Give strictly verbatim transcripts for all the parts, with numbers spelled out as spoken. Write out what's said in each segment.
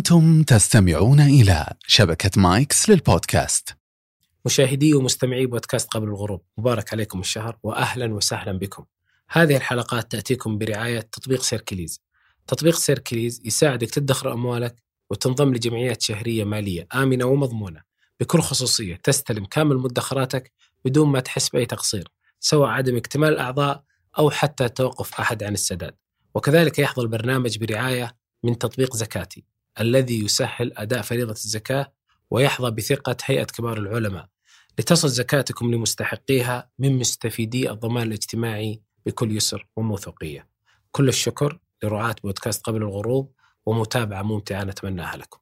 أنتم تستمعون إلى شبكة مايكس للبودكاست. مشاهدي ومستمعي بودكاست قبل الغروب، مبارك عليكم الشهر وأهلا وسهلا بكم. هذه الحلقات تأتيكم برعاية تطبيق سيركليز. تطبيق سيركليز يساعدك تدخر أموالك وتنضم لجمعيات شهرية مالية آمنة ومضمونة بكل خصوصية. تستلم كامل مدخراتك بدون ما تحس بأي تقصير، سواء عدم اكتمال الأعضاء أو حتى توقف أحد عن السداد. وكذلك يحظى البرنامج برعاية من تطبيق زكاتي الذي يسهل أداء فريضة الزكاة، ويحظى بثقة هيئة كبار العلماء لتصل زكاتكم لمستحقيها من مستفيدي الضمان الاجتماعي بكل يسر وموثوقية. كل الشكر لرعاة بودكاست قبل الغروب، ومتابعة ممتعة نتمناها لكم.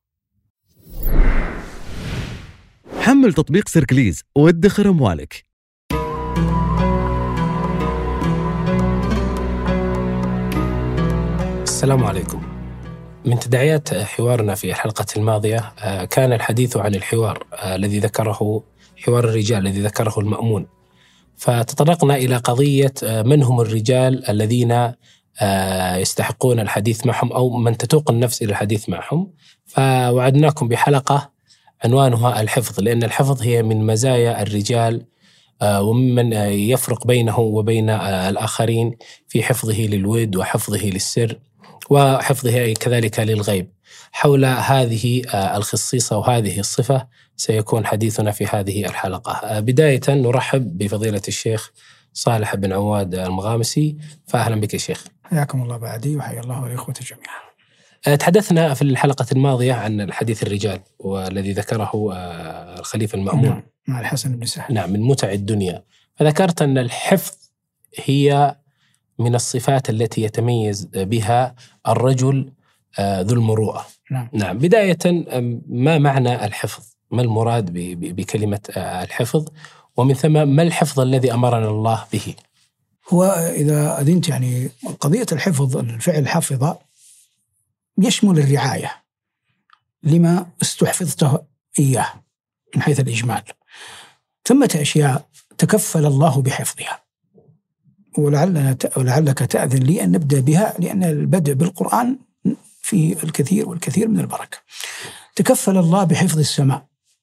حمل تطبيق سيركليز وادخر أموالك. السلام عليكم. من تداعيات حوارنا في الحلقة الماضية كان الحديث عن الحوار الذي ذكره حوار الرجال الذي ذكره المأمون، فتطرقنا إلى قضية من هم الرجال الذين يستحقون الحديث معهم أو من تتوق النفس إلى الحديث معهم. فوعدناكم بحلقة عنوانها الحفظ، لأن الحفظ هي من مزايا الرجال ومن يفرق بينه وبين الآخرين في حفظه للود وحفظه للسر وحفظه كذلك للغيب. حول هذه الخصيصة وهذه الصفة سيكون حديثنا في هذه الحلقة. بداية نرحب بفضيلة الشيخ صالح بن عواد المغامسي، فأهلا بك يا شيخ. حياكم الله بعدي وحيا الله والإخوة جميعا. تحدثنا في الحلقة الماضية عن الحديث الرجال والذي ذكره الخليفة المأمون مع الحسن بن سهل، نعم، من متع الدنيا. فذكرت أن الحفظ هي من الصفات التي يتميز بها الرجل ذو المروءة. نعم. نعم. بداية، ما معنى الحفظ؟ ما المراد بكلمة الحفظ؟ ومن ثم ما الحفظ الذي أمرنا الله به؟ هو إذا أذنت يعني قضية الحفظ، الفعل حفظ يشمل الرعاية لما استحفظته إياه من حيث الإجمال. ثمة أشياء تكفل الله بحفظها، ولعلنا ولعلك تأذن لي أن نبدأ بها، لأن البدء بالقرآن فيه الكثير والكثير من البركة. تكفل الله بحفظ السماء،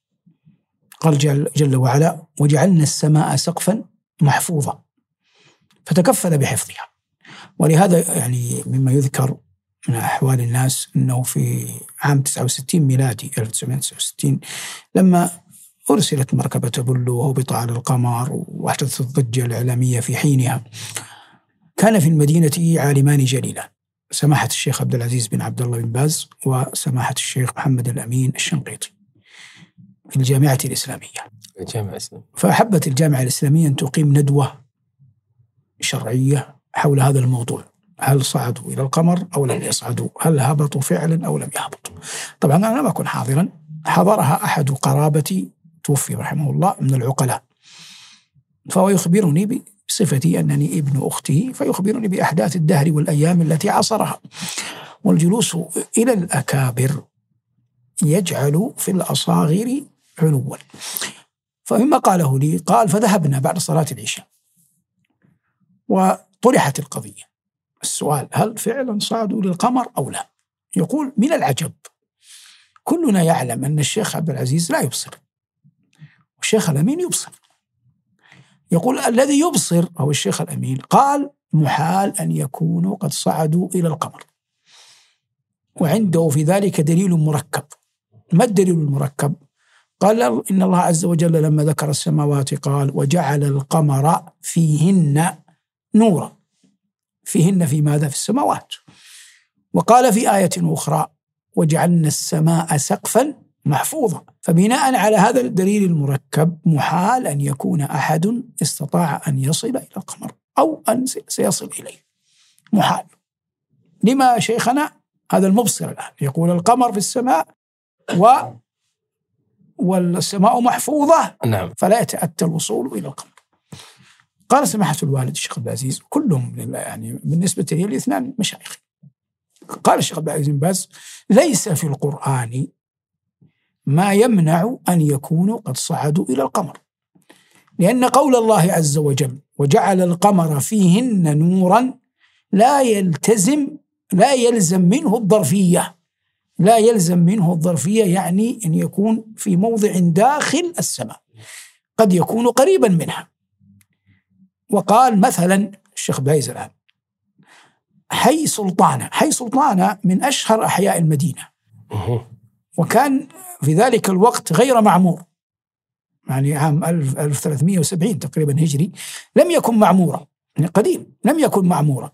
قال جل, جل وعلا: وجعلنا السماء سقفا محفوظا، فتكفل بحفظها. ولهذا يعني مما يذكر من أحوال الناس أنه في عام تسعة وستين ميلادي ألف وتسعمائة وتسعة وستين لما أرسلت مركبة أبولو وهبط على القمر واحدثت الضجة الإعلامية في حينها، كان في المدينة عالمان جليلان، سماحة الشيخ عبد العزيز بن عبد الله بن باز وسماحة الشيخ محمد الأمين الشنقيطي في الجامعة الإسلامية. الجامعة الإسلامية. فأحبت الجامعة الإسلامية أن تقيم ندوة شرعية حول هذا الموضوع: هل صعدوا إلى القمر أو لم يصعدوا؟ هل هبطوا فعلا أو لم يهبطوا؟ طبعا أنا لم أكن حاضرا، حضرها أحد قرابتي توفي رحمه الله من العقلاء، فهو يخبرني بصفتي أنني ابن أخته، فيخبرني بأحداث الدهر والأيام التي عصرها. والجلوس إلى الأكابر يجعل في الأصاغر علوا. فمما قاله لي قال: فذهبنا بعد صلاة العشاء وطرحت القضية، السؤال: هل فعلا صعدوا للقمر أو لا؟ يقول: من العجب، كلنا يعلم أن الشيخ عبد العزيز لا يبصر والشيخ الأمين يبصر. يقول: الذي يبصر هو الشيخ الأمين. قال: محال أن يكونوا قد صعدوا إلى القمر، وعنده في ذلك دليل مركب. ما الدليل المركب؟ قال: إن الله عز وجل لما ذكر السماوات قال: وجعل القمر فيهن نورا. فيهن في ماذا؟ في السماوات. وقال في آية أخرى: وجعلنا السماء سقفا محفوظا. فبناء على هذا الدليل المركب محال أن يكون أحد استطاع أن يصل إلى القمر أو أن سيصل إليه، محال. لما شيخنا هذا المبصر الآن يقول القمر في السماء و والسماء محفوظة، نعم، فلا يتأتى الوصول إلى القمر. قال سماحة الوالد الشيخ عبد العزيز، كلهم يعني بالنسبة لي الاثنان مشايخ، قال الشيخ عبد العزيز بن باز: ليس في القرآن ما يمنع أن يكونوا قد صعدوا إلى القمر، لأن قول الله عز وجل: وجعل القمر فيهن نورا لا يلتزم لا يلزم منه الظرفية، لا يلزم منه الظرفية، يعني أن يكون في موضع داخل السماء، قد يكون قريبا منها. وقال مثلا الشيخ بايز الآن حي سلطانة، حي سلطانة من أشهر أحياء المدينة، وكان في ذلك الوقت غير معمور، يعني عام ألف وثلاثمائة وسبعين تقريبا هجري لم يكن معمورا، يعني قديم لم يكن معمورا.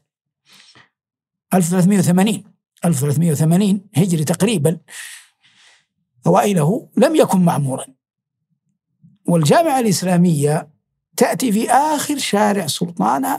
ألف وثلاثمائة وثمانين ألف وثلاثمائة وثمانين هجري تقريبا أوائله لم يكن معمورا. والجامعة الإسلامية تأتي في آخر شارع سلطانة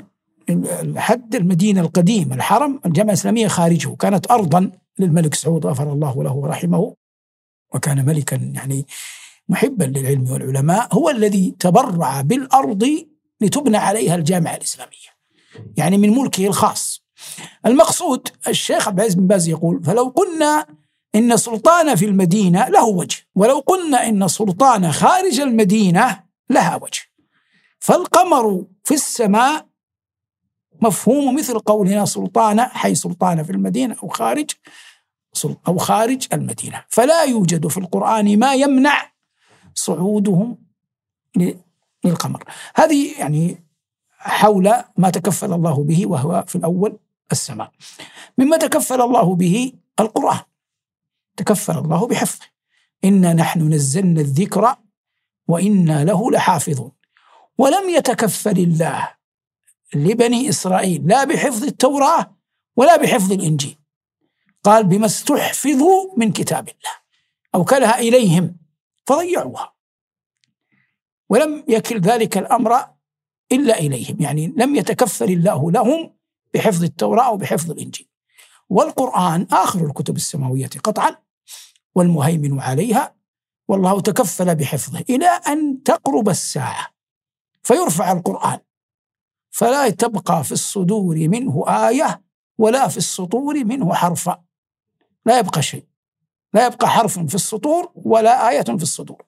حد المدينة القديم الحرم، الجامعة الإسلامية خارجه، كانت أرضا للملك سعود غفر الله له ورحمه، وكان ملكا يعني محبا للعلم والعلماء، هو الذي تبرع بالأرض لتبنى عليها الجامعة الإسلامية، يعني من ملكه الخاص. المقصود الشيخ عبد العزيز بن باز يقول فلو قلنا إن سلطان في المدينة له وجه، ولو قلنا إن سلطان خارج المدينة لها وجه، فالقمر في السماء مفهوم مثل قولنا سلطان حي سلطان في المدينة أو خارج أو خارج المدينة، فلا يوجد في القرآن ما يمنع صعودهم للقمر. هذه يعني حول ما تكفل الله به، وهو في الأول السماء. مما تكفل الله به القرآن، تكفل الله بحفظه، إنا نحن نزلنا الذكر وإنا له لحافظون. ولم يتكفل الله لبني إسرائيل لا بحفظ التوراة ولا بحفظ الإنجيل، قال بما استحفظوا من كتاب الله أوكلها إليهم فضيعوها، ولم يكل ذلك الأمر إلا إليهم، يعني لم يتكفل الله لهم بحفظ التوراة أو بحفظ الإنجيل. والقرآن آخر الكتب السماوية قطعا والمهيمن عليها، والله تكفل بحفظه إلى أن تقرب الساعة فيرفع القرآن، فلا تبقى في الصدور منه آية ولا في السطور منه حرفا، لا يبقى شيء، لا يبقى حرف في السطور ولا آية في الصدور.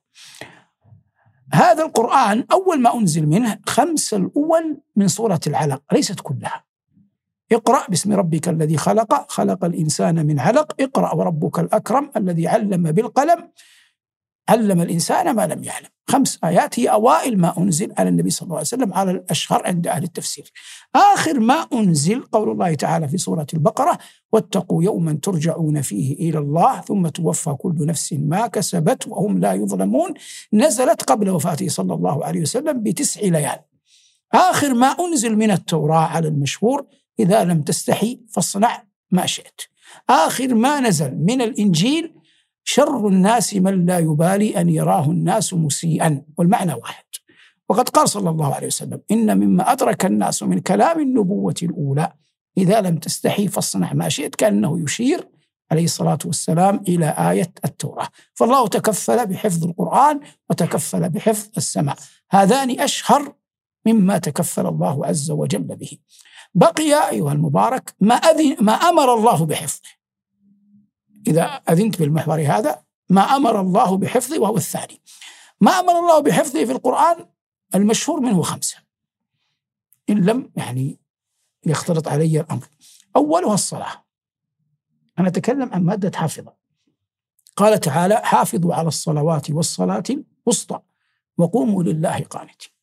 هذا القرآن أول ما أنزل منه خمس الأول من سورة العلق، ليست كلها. اقرأ باسم ربك الذي خلق خلق الإنسان من علق، اقرأ وربك الأكرم الذي علم بالقلم علم الإنسان ما لم يعلم. خمس آيات هي أوائل ما أنزل على النبي صلى الله عليه وسلم على الأشهر عند أهل التفسير. آخر ما أنزل قول الله تعالى في سورة البقرة واتقوا يوما ترجعون فيه إلى الله ثم توفى كل نفس ما كسبت وهم لا يظلمون، نزلت قبل وفاته صلى الله عليه وسلم بتسع ليال. آخر ما أنزل من التوراة على المشهور إذا لم تستحي فاصنع ما شئت. آخر ما نزل من الإنجيل شر الناس من لا يبالي أن يراه الناس مسيئا، والمعنى واحد. وقد قال صلى الله عليه وسلم إن مما أدرك الناس من كلام النبوة الأولى إذا لم تستحي فاصنع ما شئت، كأنه يشير عليه الصلاة والسلام إلى آية التوراة. فالله تكفل بحفظ القرآن وتكفل بحفظ السماء، هذان أشهر مما تكفل الله عز وجل به. بقي أيها المبارك ما, أذن ما أمر الله بحفظه، إذا أذنت بالمحور هذا ما أمر الله بحفظه، وهو الثاني. ما أمر الله بحفظه في القرآن المشهور منه خمسة إن لم يعني يختلط علي الأمر. أولها الصلاة، أنا أتكلم عن مادة حافظة. قال تعالى حافظوا على الصلوات والصلاة الوسطى وقوموا لله قانتين.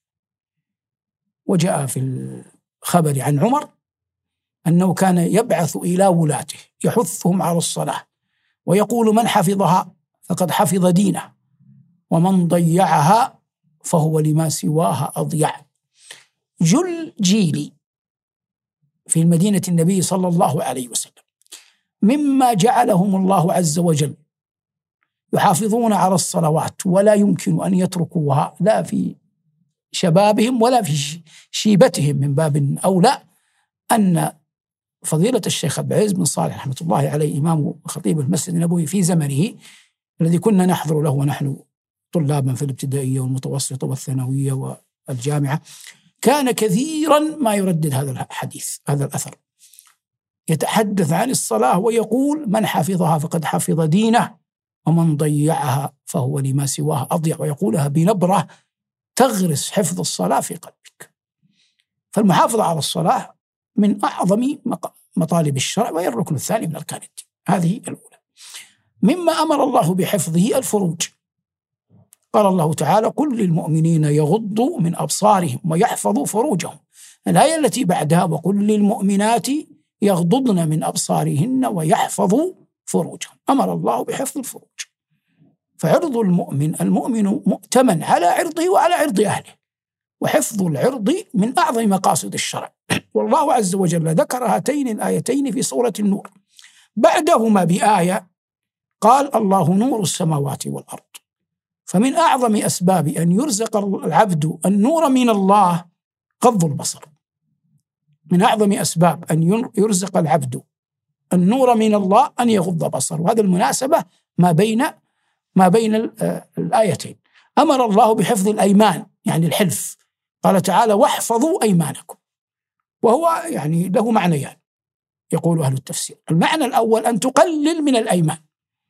وجاء في الخبر عن عمر أنه كان يبعث إلى ولاته يحثهم على الصلاة ويقول من حفظها فقد حفظ دينه ومن ضيعها فهو لما سواها أضيع. جل جيلي في المدينة النبي صلى الله عليه وسلم مما جعلهم الله عز وجل يحافظون على الصلوات ولا يمكن أن يتركوها لا في شبابهم ولا في شيبتهم من باب أولى، أن فضيلة الشيخ عبد العزيز بن صالح رحمة الله عليه إمام خطيب المسجد النبوي في زمنه الذي كنا نحضر له ونحن طلابا في الابتدائية والمتوسطة والثانوية والجامعة، كان كثيرا ما يردد هذا الحديث هذا الأثر، يتحدث عن الصلاة ويقول من حفظها فقد حفظ دينه ومن ضيعها فهو لما سواها أضيع، ويقولها بنبرة تغرس حفظ الصلاة في قلبك. فالمحافظة على الصلاة من أعظم مطالب الشرع وهي الركن الثاني من أركان الدين. هذه الأولى. مما أمر الله بحفظه الفروج. قال الله تعالى: قل للمؤمنين يغضوا من أبصارهم ويحفظوا فروجهم. الآية التي بعدها: وقل للمؤمنات يغضضن من أبصارهن ويحفظوا فروجهم. أمر الله بحفظ الفروج. فعرض المؤمن المؤمن مؤتمن على عرضه وعلى عرض أهله، وحفظ العرض من أعظم مقاصد الشرع. والله عز وجل ذكر هاتين الآيتين في سورة النور، بعدهما بآية قال: الله نور السماوات والأرض. فمن أعظم أسباب أن يرزق العبد النور من الله غض البصر. من أعظم أسباب أن يرزق العبد النور من الله أن يغض بصر. وهذا المناسبة ما بين ما بين الآيتين. أمر الله بحفظ الأيمان، يعني الحلف. قال تعالى: واحفظوا أيمانكم. وهو يعني له معنيان يقول أهل التفسير. المعنى الأول أن تقلل من الأيمان،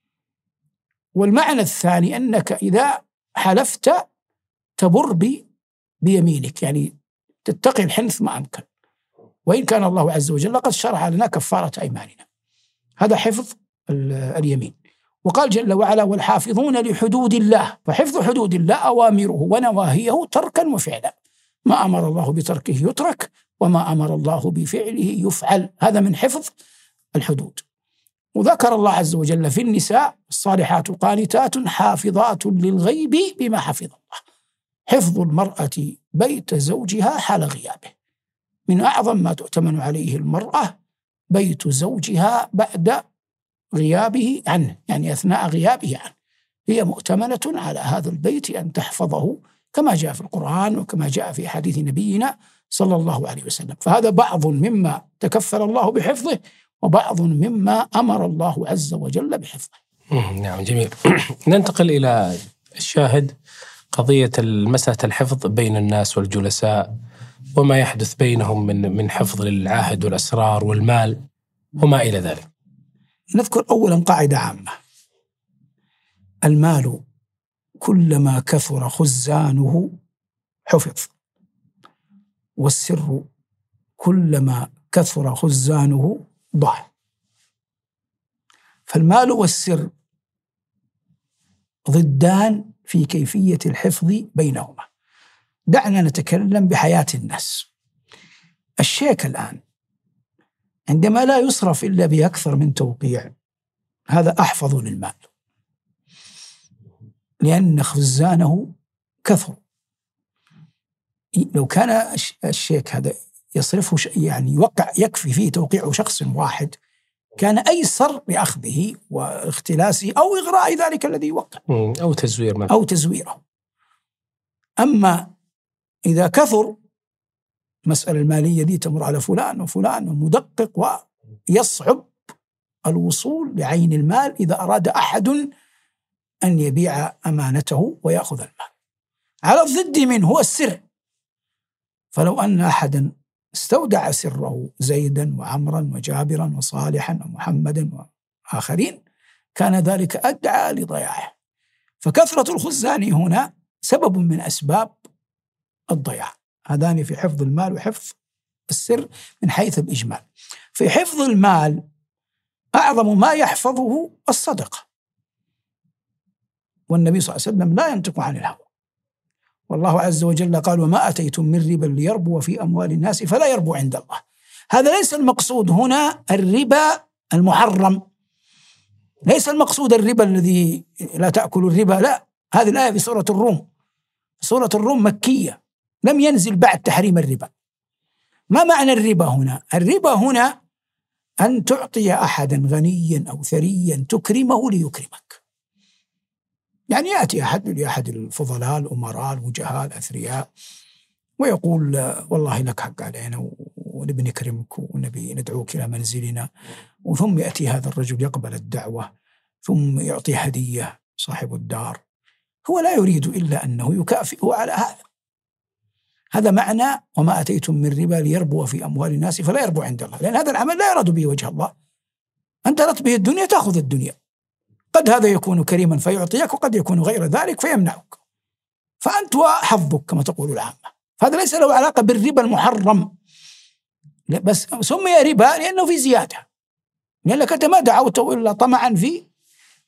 والمعنى الثاني أنك إذا حلفت تبر بيمينك، يعني تتقي الحنث ما أمكن، وإن كان الله عز وجل قد شرع لنا كفارة أيماننا. هذا حفظ اليمين. وقال جل وعلا: والحافظون لحدود الله. فحفظ حدود الله أوامره ونواهيه تركا وفعلا. ما أمر الله بتركه يترك، وما أمر الله بفعله يفعل. هذا من حفظ الحدود. وذكر الله عز وجل في النساء: الصالحات قانتات حافظات للغيب بما حفظ الله. حفظ المرأة بيت زوجها حال غيابه. من أعظم ما تؤتمن عليه المرأة بيت زوجها بعد غيابه عنه، يعني أثناء غيابه عنه. هي مؤتمنة على هذا البيت أن تحفظه كما جاء في القرآن وكما جاء في حديث نبينا صلى الله عليه وسلم. فهذا بعض مما تكفل الله بحفظه، وبعض مما أمر الله عز وجل بحفظه. نعم، جميل. ننتقل إلى الشاهد، قضية مسألة الحفظ بين الناس والجلساء، وما يحدث بينهم من من حفظ العهد والأسرار والمال وما إلى ذلك. نذكر أولا قاعدة عامة: المال كلما كثر خزانه حفظ، والسر كلما كثر خزانه ضاع. فالمال والسر ضدان في كيفية الحفظ بينهما. دعنا نتكلم بحياة الناس. الشيك الآن عندما لا يصرف إلا بأكثر من توقيع، هذا أحفظ للمال، لأن خزانه كثر. لو كان الشيك هذا يصرفه يعني يوقع يكفي فيه توقيع شخص واحد، كان أيسر بأخذه واختلاسه أو إغراء ذلك الذي يوقع أو تزوير أو تزويره. أما إذا كثر، مسألة المالية دي تمر على فلان وفلان ومدقق، ويصعب الوصول بعين المال إذا أراد أحد أن يبيع أمانته ويأخذ المال. على الضد منه هو السر. فلو أن أحدا استودع سره زيدا وعمرا وجابرا وصالحا ومحمدا وآخرين، كان ذلك أدعى لضياعه. فكثرة الخزان هنا سبب من أسباب الضياع. هذان في حفظ المال وحفظ السر من حيث الإجمال. في حفظ المال أعظم ما يحفظه الصدقة، والنبي صلى الله عليه وسلم لا ينطق عن الهوى. والله عز وجل قال: وما أتيتم من ربا ليربو في أموال الناس فلا يربو عند الله. هذا ليس المقصود هنا الربا المحرم، ليس المقصود الربا الذي لا تأكل الربا، لا. هذه الآية في سورة الروم. سورة الروم مكية، لم ينزل بعد تحريم الربا. ما معنى الربا هنا؟ الربا هنا أن تعطي أحدا غنيا أو ثريا تكرمه ليكرمك. يعني يأتي أحد لأحد الفضلاء الأمراء الوجهاء الأثرياء ويقول: والله لك حق علينا ونبي نكرمك ونبي ندعوك إلى منزلنا. وثم يأتي هذا الرجل يقبل الدعوة، ثم يعطي هدية صاحب الدار. هو لا يريد إلا أنه يكافئه على هذا. هذا معنى: وما أتيتم من ربا ليربو في أموال الناس فلا يربو عند الله. لأن هذا العمل لا يراد به وجه الله. أنت أردت به الدنيا تأخذ الدنيا. قد هذا يكون كريما فيعطيك، وقد يكون غير ذلك فيمنعك. فأنت وحظك كما تقول العامة. فهذا ليس له علاقة بالربا المحرم، بس سمي ربا لأنه في زيادة، لأنك أنت ما دعوته إلا طمعا في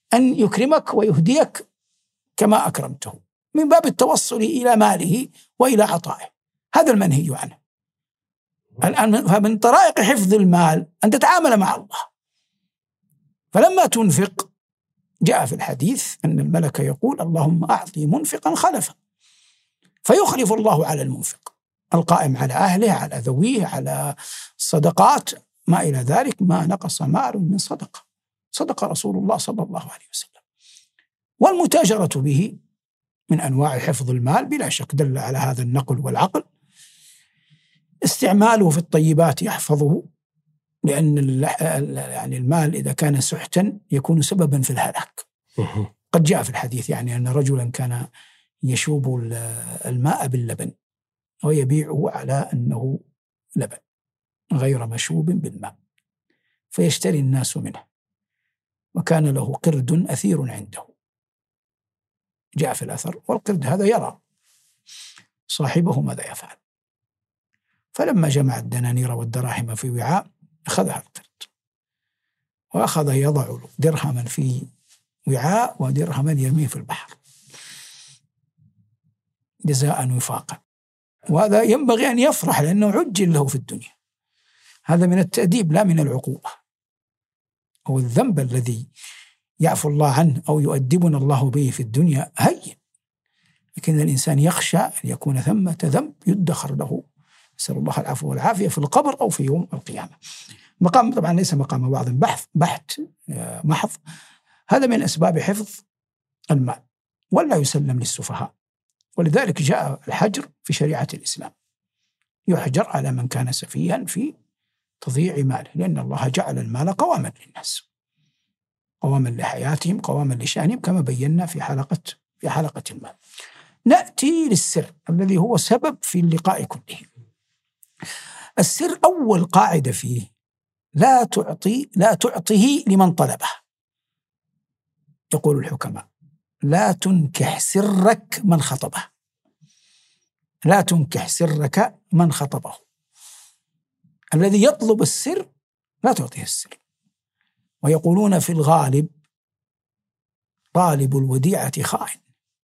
أن يكرمك ويهديك كما أكرمته، من باب التوصل إلى ماله وإلى عطائه. هذا المنهي عنه. الآن فمن طرائق حفظ المال أن تتعامل مع الله. فلما تنفق جاء في الحديث أن الملك يقول اللهم أعطي منفقا خلفا، فيخلف الله على المنفق القائم على أهله، على ذويه، على الصدقات، ما إلى ذلك، ما نقص مال من صدقة. صدق رسول الله صلى الله عليه وسلم. والمتاجرة به من أنواع حفظ المال بلا شك، دل على هذا النقل والعقل. استعماله في الطيبات يحفظه، لأن يعني المال إذا كان سحتا يكون سببا في الهلاك. قد جاء في الحديث يعني أن رجلا كان يشوب الماء باللبن ويبيعه على أنه لبن غير مشوب بالماء، فيشتري الناس منه، وكان له قرد أثير عنده. جاء في الأثر والقرد هذا يرى صاحبه ماذا يفعل، فلما جمع الدنانير والدراهم في وعاء أخذها القرد، وأخذ يضع درهما في وعاء ودرهما يرميه في البحر جزاء وفاقا. وهذا ينبغي أن يفرح لأنه عجل له في الدنيا. هذا من التأديب لا من العقوبة. هو الذنب الذي يعفو الله عنه أو يؤدبنا الله به في الدنيا هين، لكن الإنسان يخشى أن يكون ثمة ذنب يدخر له، نسأل الله العفو والعافية، في القبر أو في يوم القيامة. مقام طبعا ليس مقام وعظ بحث بحث محض، هذا من أسباب حفظ المال، ولا يسلم للسفهاء. ولذلك جاء الحجر في شريعة الإسلام، يحجر على من كان سفيها في تضييع ماله، لأن الله جعل المال قواما للناس، قواما لحياتهم، قواما لشأنهم، كما بينا في حلقة في حلقة المال. نأتي للسر الذي هو سبب في اللقاء كله. السر أول قاعدة فيه لا تعطي لا تعطيه لمن طلبه. يقول الحكماء لا تنكح سرك من خطبه، لا تنكح سرك من خطبه. الذي يطلب السر لا تعطيه السر. ويقولون في الغالب طالب الوديعة خائن،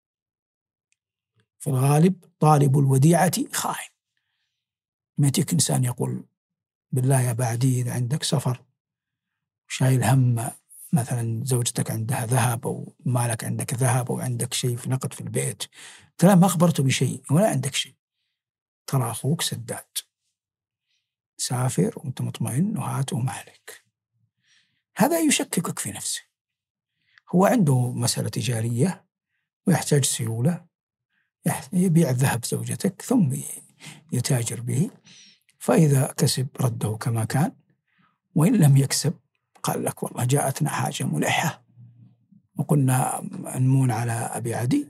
في الغالب طالب الوديعة خائن. ما يأتيك إنسان يقول بالله يا بعدي إذا عندك سفر شايل هم، مثلا زوجتك عندها ذهب أو مالك عندك ذهب أو عندك شيء في نقد في البيت، ترى ما أخبرته بشيء ولا عندك شيء، ترى أخوك سداد، سافر وأنت مطمئن وهاته مالك. هذا يشككك في نفسه. هو عنده مسألة تجارية ويحتاج سيولة، يبيع الذهب زوجتك ثم يتاجر به، فإذا كسب رده كما كان، وإن لم يكسب قال لك والله جاءتنا حاجة ملحة وقلنا نمون على أبي عدي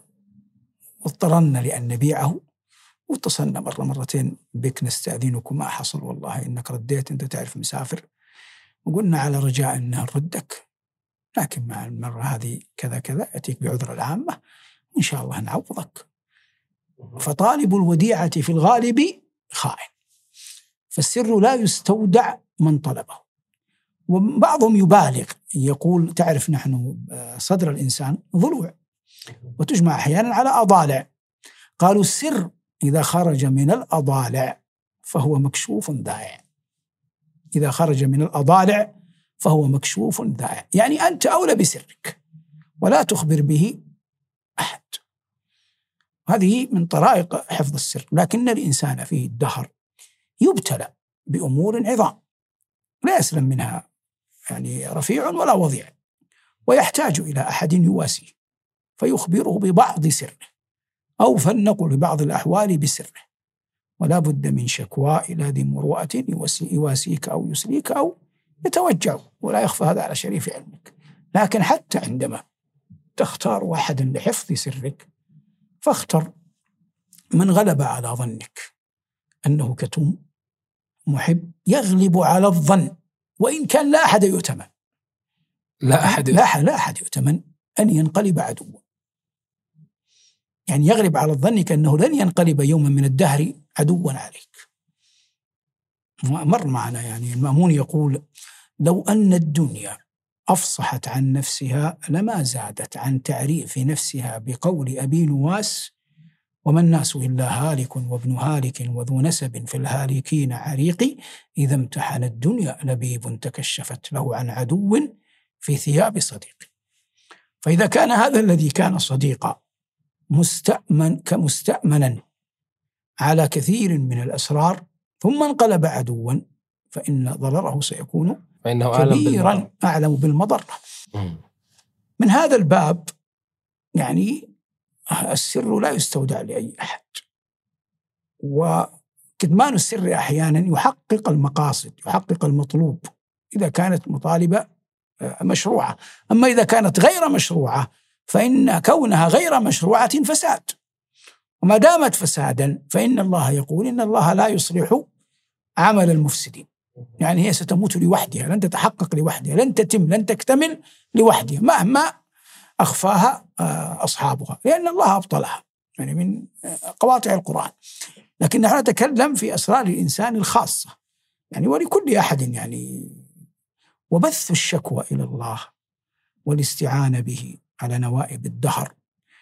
واضطرنا لأن نبيعه، واتصلنا مرة مرتين بك نستأذنكم ما حصل، والله إنك رديت أنت تعرف مسافر، وقلنا على رجاء أن نردك، لكن مع المرة هذه كذا كذا يأتيك بعذر العامة إن شاء الله نعوضك. فطالب الوديعة في الغالب خائن، فالسر لا يستودع من طلبه. وبعضهم يبالغ يقول تعرف نحن صدر الإنسان ضلوع وتجمع أحيانا على أضالع، قالوا السر إذا خرج من الأضالع فهو مكشوف ضائع، إذا خرج من الأضالع فهو مكشوف ضائع، يعني أنت أولى بسرك ولا تخبر به أحد. هذه من طرائق حفظ السر. لكن الإنسان فيه الدهر يبتلى بأمور عظام لا يسلم منها يعني رفيع ولا وضيع، ويحتاج إلى أحد يواسيه فيخبره ببعض سره، أو فلنقل ببعض الأحوال بسره، ولا بد من شكوى إلى ذي مروءة يواسيك أو يسليك أو يتوجع، ولا يخفى هذا على شريف علمك. لكن حتى عندما تختار واحدا لحفظ سرك فاختر من غلب على ظنك أنه كتوم محب يغلب على الظن، وإن كان لا أحد يؤتمن، لا أحد لا أحد, لا أحد يؤتمن أن ينقلب عدوا، يعني يغلب على الظن كأنه لن ينقلب يوما من الدهر عدوا عليك. مر معنا يعني المأمون يقول لو أن الدنيا أفصحت عن نفسها لما زادت عن تعريف نفسها بقول أبي نواس: وما الناس إلا هالك وابن هالك وذو نسب في الهالكين عريق، إذا امتحن الدنيا لبيب تكشفت له عن عدو في ثياب صديق. فإذا كان هذا الذي كان صديقا مستأمن كمستأمنا على كثير من الأسرار ثم انقلب عدوا، فإن ضرره سيكون كبيرا أعلم بالمضرة. من هذا الباب يعني السر لا يستودع لأي أحد، وكتمان السر أحيانا يحقق المقاصد، يحقق المطلوب إذا كانت مطالبة مشروعة. أما إذا كانت غير مشروعة فإن كونها غير مشروعة فساد، وما دامت فسادا فإن الله يقول إن الله لا يصلح عمل المفسدين. يعني هي ستموت لوحدها، لن تتحقق لوحدها، لن تتم، لن تكتمل لوحدها مهما أخفاها أصحابها، لأن الله أبطلها، يعني من قواطع القرآن. لكن نحن نتكلم في أسرار الإنسان الخاصة، يعني ولكل أحد يعني. وبث الشكوى إلى الله والاستعانة به على نوائب الدهر،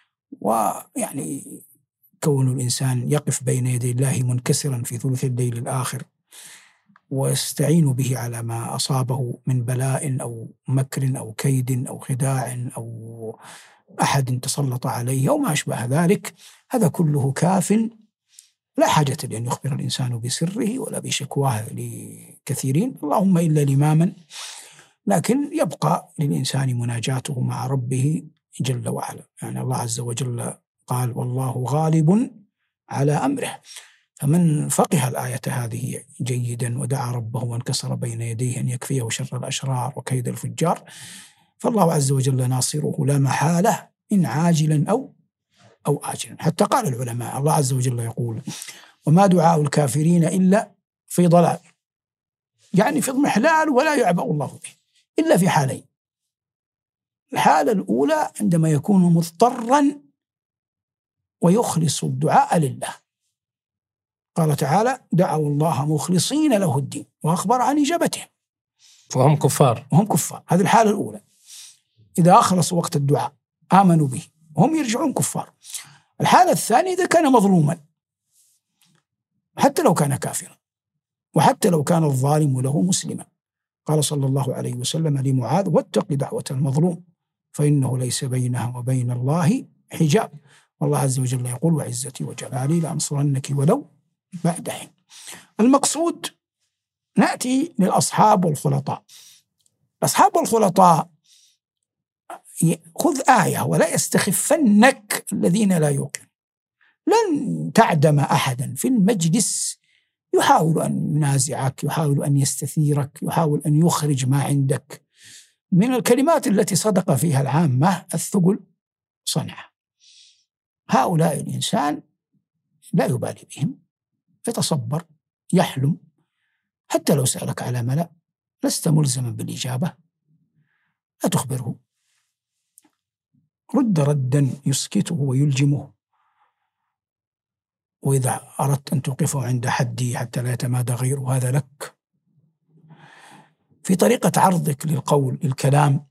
ويعني كون الإنسان يقف بين يدي الله منكسرا في ثلث الليل الآخر ويستعين به على ما أصابه من بلاء أو مكر أو كيد أو خداع أو أحد تسلط عليه أو ما أشبه ذلك، هذا كله كاف، لا حاجة لأن يخبر الإنسان بسره ولا بشكواه لكثيرين، اللهم إلا لماما. لكن يبقى للإنسان مناجاته مع ربه جل وعلا. يعني الله عز وجل قال: والله غالب على أمره. فمن فقه الآية هذه جيدا ودعا ربه وانكسر بين يديه أن يكفيه شر الأشرار وكيد الفجار، فالله عز وجل ناصره لا محالة إن عاجلا أو أو آجلا. حتى قال العلماء الله عز وجل يقول: وما دعاء الكافرين إلا في ضلال، يعني في اضمحلال ولا يعبأ الله به إلا في حالين. الحالة الأولى عندما يكون مضطرا ويخلص الدعاء لله. قال تعالى: دعوا الله مخلصين له الدين وأخبر عن إجابتهم وهم كفار وهم كفار. هذه الحالة الأولى، إذا أخلصوا وقت الدعاء آمنوا به وهم يرجعون كفار. الحالة الثانية إذا كان مظلوما حتى لو كان كافرا وحتى لو كان الظالم له مسلما. قال صلى الله عليه وسلم لمعاذ: واتق دعوة المظلوم فإنه ليس بينها وبين الله حجاب. والله عز وجل يقول: وعزتي وجلالي لأنصرنك ولو بعد حين. المقصود نأتي للأصحاب والخلطاء. الأصحاب والخلطاء خذ آية ولا يستخفنك الذين لا يوقن. لن تعدم أحدا في المجلس يحاول أن ينازعك، يحاول أن يستثيرك، يحاول أن يخرج ما عندك من الكلمات التي صدق فيها العامة الثقل صنعه. هؤلاء الإنسان لا يبالي بهم، يتصبر، يحلم. حتى لو سألك على ملأ لست ملزما بالإجابة، لا تخبره، رد ردا يسكته ويلجمه. وإذا أردت أن توقفه عند حدي حتى لا يتمادى غيره هذا لك. في طريقة عرضك للقول الكلام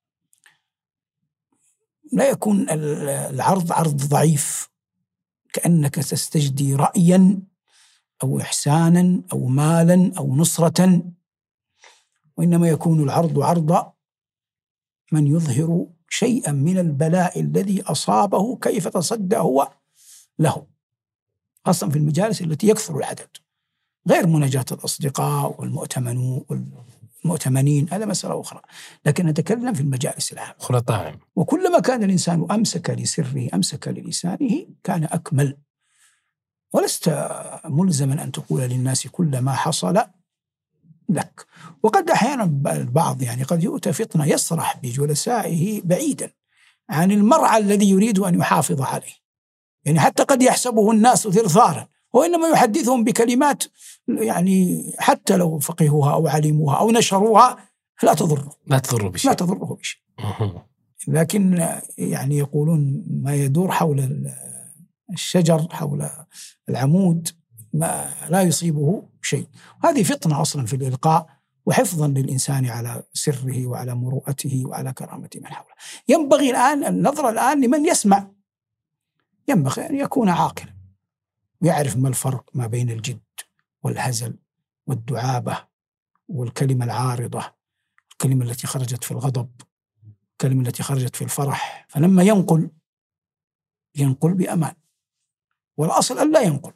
لا يكون العرض عرض ضعيف كأنك تستجدي رأيا أو إحسانا أو مالا أو نصرة، وإنما يكون العرض عرض من يظهر شيئا من البلاء الذي أصابه كيف تصدى هو له، خاصة في المجالس التي يكثر العدد، غير مناجاة الأصدقاء والمؤتمنين، هذا مسألة أخرى. لكن نتكلم في المجالس العامة خلطاء. وكلما كان الإنسان أمسك لسره أمسك للسانه كان أكمل. ولست ملزما أن تقول للناس كل ما حصل لك. وقد أحيانا البعض يعني قد يؤتى فطنة يسرح بجلسائه بعيدا عن المرعى الذي يريد أن يحافظ عليه، يعني حتى قد يحسبه الناس ثرثارا، وإنما يحدثهم بكلمات يعني حتى لو فقهوها أو علموها أو نشروها لا تضره لا تضره بشيء لا تضره بشيء لكن يعني يقولون ما يدور حول الشجر حول العمود ما لا يصيبه شيء. هذه فطنة أصلا في الإلقاء، وحفظا للإنسان على سره وعلى مروءته وعلى كرامة من حوله. ينبغي الآن النظر الآن لمن يسمع، ينبغي أن يكون عاقلا ويعرف ما الفرق ما بين الجد والهزل والدعابة والكلمة العارضة، الكلمة التي خرجت في الغضب، الكلمة التي خرجت في الفرح. فلما ينقل ينقل بأمان، والأصل أن لا ينقل.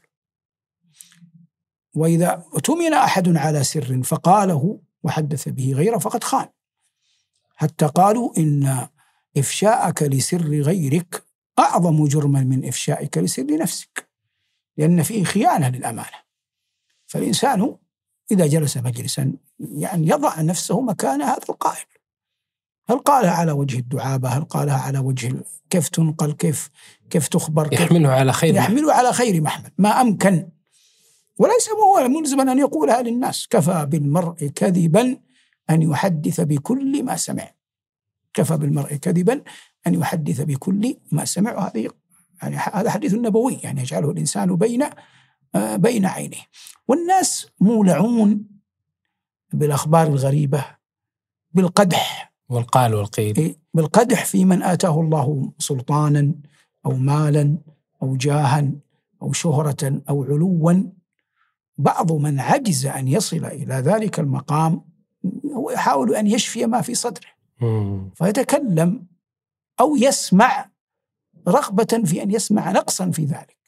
وإذا اؤتمن أحد على سر فقاله وحدث به غيره فقد خان، حتى قالوا إن إفشاءك لسر غيرك أعظم جرما من إفشائك لسر نفسك، لأن فيه خيانة للأمانة. فالإنسان إذا جلس مجلسا يعني يضع نفسه مكان هذا القائل، هل قالها على وجه الدعابة، هل قالها على وجه كيف تنقل، كيف كيف تخبر، كيف يحمله على خير يحمله على خير محمل ما أمكن. وليس هو ملزما أن يقولها للناس. كفى بالمرء كذبا أن يحدث بكل ما سمع، كفى بالمرء كذبا أن يحدث بكل ما سمع. هذه يعني هذا حديث نبوي، يعني يجعله الإنسان بين آه بين عينيه. والناس مولعون بالأخبار الغريبة، بالقدح والقال والقيل، بالقدح في من آتاه الله سلطانا أو مالا أو جاها أو شهرة أو علوا. بعض من عجز أن يصل إلى ذلك المقام هو يحاول أن يشفي ما في صدره، فيتكلم أو يسمع رغبة في أن يسمع نقصا في ذلك.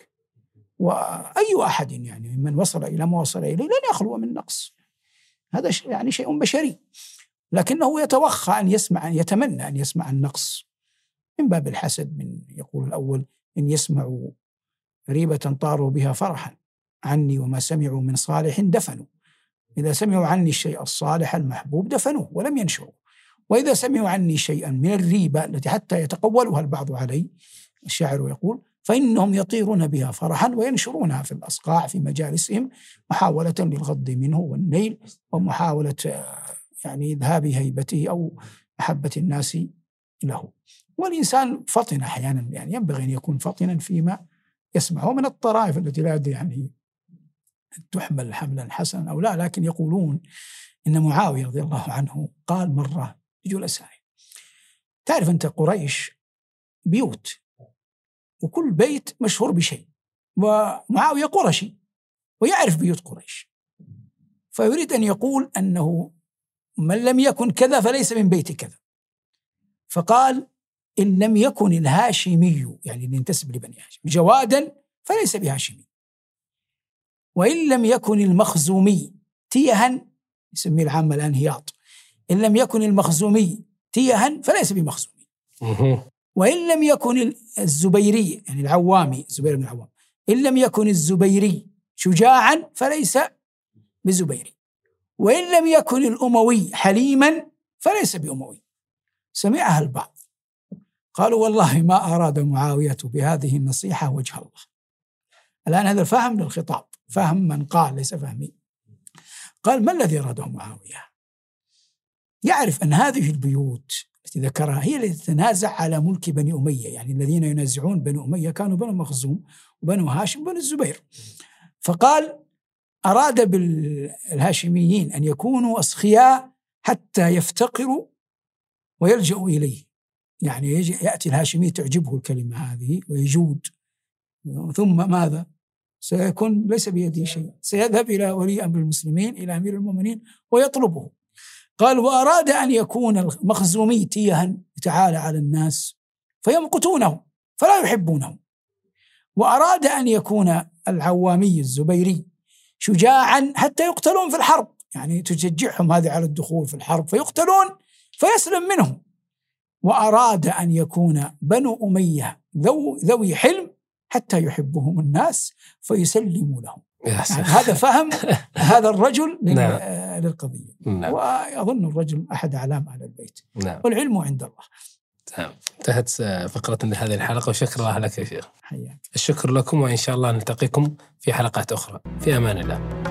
وأي أحد يعني من وصل إلى ما وصل إليه لن يخلو من نقص، هذا يعني شيء بشري، لكنه يتوخى أن يسمع، أن يتمنى أن يسمع النقص من باب الحسد. من يقول الأول إن يسمعوا ريبة طاروا بها فرحا عني وما سمعوا من صالح دفنوا. إذا سمعوا عني الشيء الصالح المحبوب دفنوه ولم ينشروا، وإذا سمعوا عني شيئا من الريبة التي حتى يتقولها البعض علي، الشاعر يقول فإنهم يطيرون بها فرحا وينشرونها في الأصقاع في مجالسهم محاولة للغض منه والنيل، ومحاولة يعني إذهاب هيبته أو محبة الناس له. والإنسان فطن أحيانا، يعني ينبغي أن يكون فطنا فيما يسمعه من الطرائف التي لا أدري يعني تحمل حملا حسنا أو لا، لكن يقولون إن معاوية رضي الله عنه قال مرة لجلسائه: تعرف أنت قريش بيوت وكل بيت مشهور بشيء، ومعاوية قرشي ويعرف بيوت قريش، فيريد أن يقول أنه من لم يكن كذا فليس من بيت كذا. فقال: إن لم يكن الهاشمي، يعني اللي ينتسب لبني هاشم، جوادا فليس بهاشمي، وإن لم يكن المخزومي تيها، يسميه العامة الانهياط، إن لم يكن المخزومي تيها فليس بمخزومي، وإن لم يكن الزبيري، يعني العوامي الزبير بن العوام، إن لم يكن الزبيري شجاعا فليس بزبيري، وإن لم يكن الأموي حليما فليس بأموي. سمعها البعض قالوا: والله ما أراد معاوية بهذه النصيحة وجه الله. الآن هذا الفهم للخطاب، فهم من قال ليس فهمي. قال: ما الذي أراده معاوية؟ يعرف أن هذه البيوت التي ذكرها هي التي تتنازع على ملك بني أمية، يعني الذين ينازعون بني أمية كانوا بنو مخزوم وبنو هاشم وبنو الزبير. فقال: أراد بالهاشميين أن يكونوا أسخياء حتى يفتقروا ويلجأوا إليه، يعني يأتي الهاشمي تعجبه الكلمة هذه ويجود، ثم ماذا؟ سيكون ليس بيده شيء، سيذهب إلى ولي أمر المسلمين إلى أمير المؤمنين ويطلبه. قال: وأراد أن يكون المخزومي تيها تعالى على الناس فيمقتونه فلا يحبونه، وأراد أن يكون العوامي الزبيري شجاعا حتى يقتلون في الحرب، يعني تشجعهم هذه على الدخول في الحرب فيقتلون فيسلم منهم، وأراد أن يكون بنو أمية ذو ذوي حلم حتى يحبهم الناس فيسلموا لهم. يعني هذا فهم هذا الرجل نعم. للقضية نعم. وأظن الرجل أحد أعلام أهل البيت نعم. والعلم عند الله. نعم. انتهت فقرة هذه الحلقة، وشكر الله لك يا شيخ. حياك. الشكر لكم، وإن شاء الله نلتقيكم في حلقات أخرى. في أمان الله.